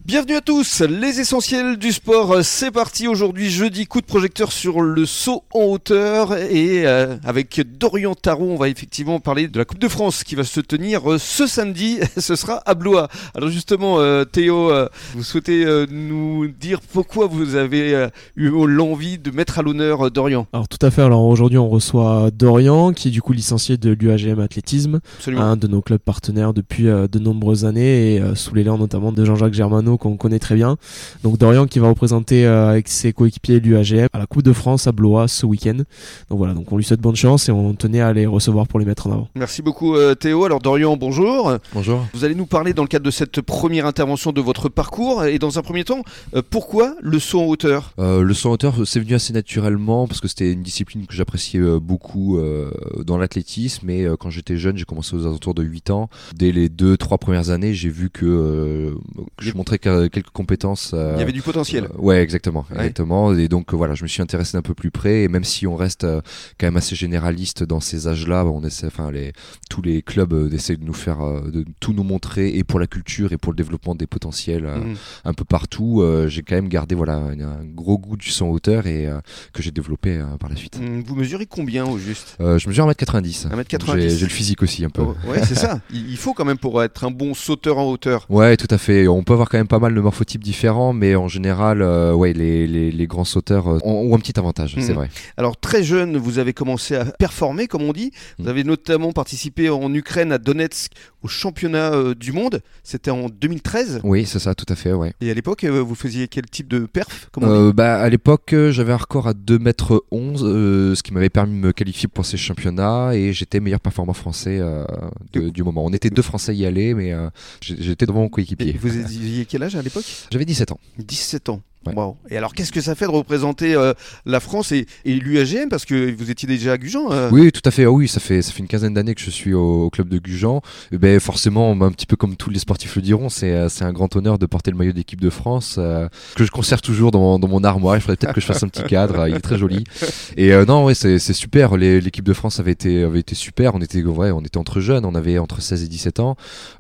Bienvenue à tous, les essentiels du sport, c'est parti aujourd'hui, jeudi, coup de projecteur sur le saut en hauteur et avec Dorian Tarot, on va effectivement parler de la Coupe de France qui va se tenir ce samedi, ce sera à Blois. Alors justement Théo, vous souhaitez nous dire pourquoi vous avez eu l'envie de mettre à l'honneur Dorian? Alors tout à fait, alors aujourd'hui on reçoit Dorian qui est du coup licencié de l'UAGM Athlétisme, un de nos clubs partenaires depuis de nombreuses années et sous l'élan notamment de Jean-Jacques Germano qu'on connaît très bien. Donc Dorian qui va représenter avec ses coéquipiers l'UAGM à la Coupe de France à Blois ce week-end. Donc voilà, donc on lui souhaite bonne chance et on tenait à les recevoir pour les mettre en avant. Merci beaucoup Théo. Alors Dorian, bonjour. Bonjour. Vous allez nous parler dans le cadre de cette première intervention de votre parcours et dans un premier temps, pourquoi le saut en hauteur? Le saut en hauteur, c'est venu assez naturellement parce que c'était une discipline que j'appréciais beaucoup dans l'athlétisme et quand j'étais jeune, j'ai commencé aux alentours de 8 ans. Dès les 2-3 premières années, j'ai vu que je montrais quelques compétences. Il y avait du potentiel. Ouais, exactement. Et donc voilà, je me suis intéressé d'un peu plus près et même si on reste quand même assez généraliste dans ces âges-là, on essaie, tous les clubs essaient de nous faire, de tout nous montrer et pour la culture et pour le développement des potentiels un peu partout. J'ai quand même gardé un gros goût du saut en hauteur et que j'ai développé par la suite. Vous mesurez combien au juste? Je mesure 1m90. 1m90. J'ai le physique aussi un peu. Ouais, c'est ça. Il faut quand même pour être un bon sauteur en hauteur. Ouais, tout à fait. On peut avoir quand même pas mal de morphotypes différents, mais en général, les grands sauteurs ont un petit avantage, c'est vrai. Alors très jeune, vous avez commencé à performer, comme on dit. Vous avez notamment participé en Ukraine à Donetsk au championnat du monde. C'était en 2013. Oui, c'est ça, tout à fait, ouais. Et à l'époque, vous faisiez quel type de perf, comme on dit? À l'époque, j'avais un record à 2m11, ce qui m'avait permis de me qualifier pour ces championnats et j'étais meilleur performant français du moment. On était 2 Français à y aller, mais j'étais devant mon coéquipier. Et vous aviez quel âge à l'époque? J'avais 17 ans. 17 ans. Ouais. Wow. Et alors, qu'est-ce que ça fait de représenter la France et l'UAGM, parce que vous étiez déjà à Gujan Oui, tout à fait. Oui, ça fait une quinzaine d'années que je suis au club de Gujan. Et forcément, un petit peu comme tous les sportifs le diront, c'est un grand honneur de porter le maillot d'équipe de France que je conserve toujours dans mon armoire. Il faudrait peut-être que je fasse un petit cadre. Il est très joli. Et non, ouais, c'est super. L'équipe de France avait été super. On était entre jeunes. On avait entre 16 et 17 ans.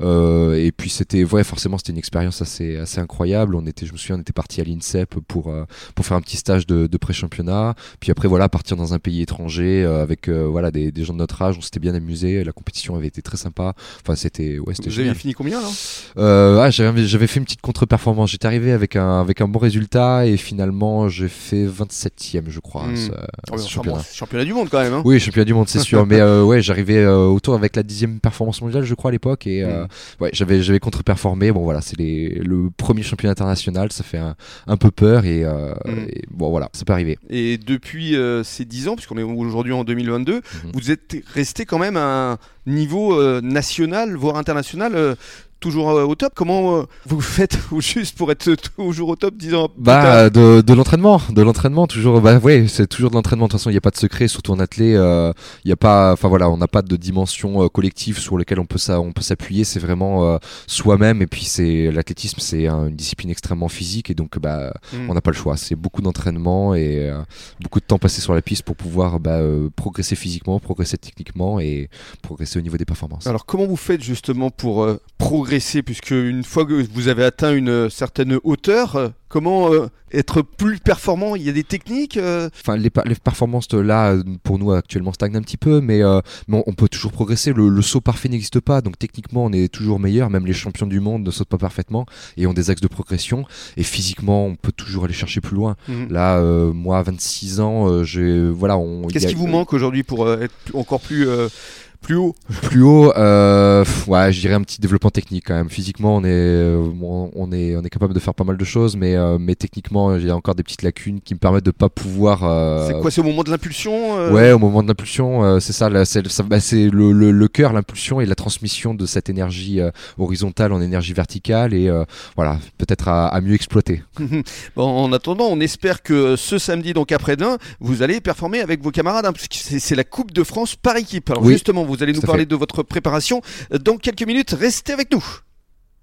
Et puis forcément, c'était une expérience assez incroyable. Je me souviens, on était parti à l'INSEP pour faire un petit stage de pré-championnat, puis après partir dans un pays étranger avec des gens de notre âge. On s'était bien amusé, la compétition avait été très sympa. Enfin c'était Vous génial. avez fini combien alors? J'avais fait une petite contre-performance, j'étais arrivé avec un bon résultat et finalement j'ai fait 27e je crois. Championnat du monde quand même, hein. Oui, championnat du monde c'est sûr, mais j'arrivais autour avec la 10e performance mondiale je crois à l'époque et j'avais contre-performé. Bon voilà, c'est le premier championnat international, ça fait un peu peur et ça peut arriver. Et depuis ces 10 ans, puisqu'on est aujourd'hui en 2022, vous êtes resté quand même à un niveau national, voire international, toujours au top. Comment vous faites juste pour être toujours au top 10 ans plus tard? De l'entraînement toujours. C'est toujours de l'entraînement. De toute façon, il n'y a pas de secret, surtout en athlée. Il y a pas, on n'a pas de dimension collective sur laquelle on peut s'appuyer. C'est vraiment soi-même. Et puis l'athlétisme, c'est une discipline extrêmement physique et donc on n'a pas le choix. C'est beaucoup d'entraînement et beaucoup de temps passé sur la piste pour pouvoir progresser physiquement, progresser techniquement et progresser au niveau des performances. Alors comment vous faites justement pour progresser, puisque une fois que vous avez atteint une certaine hauteur, comment être plus performant? Il y a des techniques les performances là pour nous actuellement stagnent un petit peu, mais on peut toujours progresser. Le saut parfait n'existe pas, donc techniquement on est toujours meilleur. Même les champions du monde ne sautent pas parfaitement et ont des axes de progression. Et physiquement on peut toujours aller chercher plus loin. Là, moi à 26 ans, qu'est-ce qui vous manque aujourd'hui pour être encore plus haut? Je dirais un petit développement technique quand même. Physiquement, on est capable de faire pas mal de choses, mais techniquement, il y a encore des petites lacunes qui me permettent de pas pouvoir. C'est quoi? C'est au moment de l'impulsion Ouais, au moment de l'impulsion, c'est ça. C'est le cœur, l'impulsion et la transmission de cette énergie horizontale en énergie verticale et peut-être à mieux exploiter. Bon, en attendant, on espère que ce samedi, donc après-demain, vous allez performer avec vos camarades, puisque c'est la Coupe de France par équipe. Alors justement, vous allez nous parler de votre préparation dans quelques minutes. Restez avec nous.